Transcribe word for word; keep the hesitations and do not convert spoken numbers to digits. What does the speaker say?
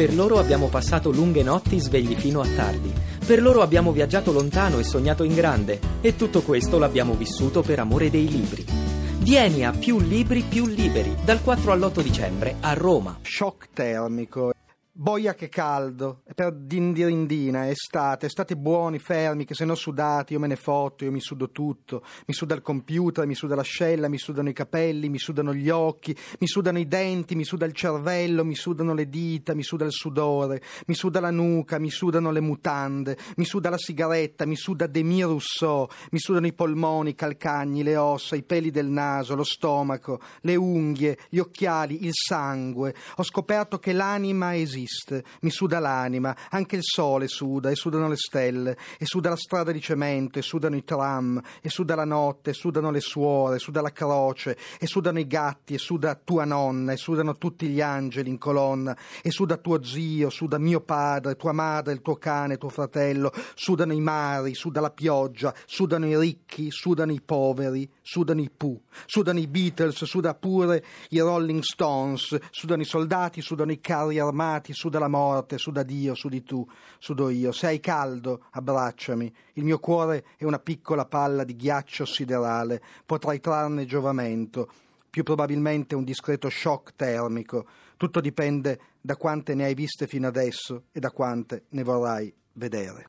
Per loro abbiamo passato lunghe notti svegli fino a tardi. Per loro abbiamo viaggiato lontano e sognato in grande. E tutto questo l'abbiamo vissuto per amore dei libri. Vieni a Più Libri Più Liberi, dal quattro all'otto dicembre a Roma. Shock termico. Boia che caldo, è per dindirindina, è estate, state buoni, fermi, che se no sudate, io me ne fotto, io mi sudo tutto, mi suda il computer, mi suda l'ascella, mi sudano i capelli, mi sudano gli occhi, mi sudano i denti, mi suda il cervello, mi sudano le dita, mi suda il sudore, mi suda la nuca, mi sudano le mutande, mi suda la sigaretta, mi suda Demir Rousseau, mi sudano i polmoni, i calcagni, le ossa, i peli del naso, lo stomaco, le unghie, gli occhiali, il sangue. Ho scoperto che l'anima esiste. Mi suda l'anima, anche il sole suda, e sudano le stelle, e suda la strada di cemento, e sudano i tram, e suda la notte, e sudano le suore, e suda la croce, e sudano i gatti, e suda tua nonna, e sudano tutti gli angeli in colonna, e suda tuo zio, suda mio padre, tua madre, il tuo cane, tuo fratello, sudano i mari, suda la pioggia, sudano i ricchi, sudano i poveri, sudano i Pooh, sudano i Beatles, suda pure i Rolling Stones, sudano i soldati, sudano i carri armati, suda la morte, suda Dio, sudi tu, sudo io. Se hai caldo, abbracciami. Il mio cuore è una piccola palla di ghiaccio siderale. Potrai trarne giovamento. Più probabilmente un discreto shock termico. Tutto dipende da quante ne hai viste fino adesso e da quante ne vorrai vedere.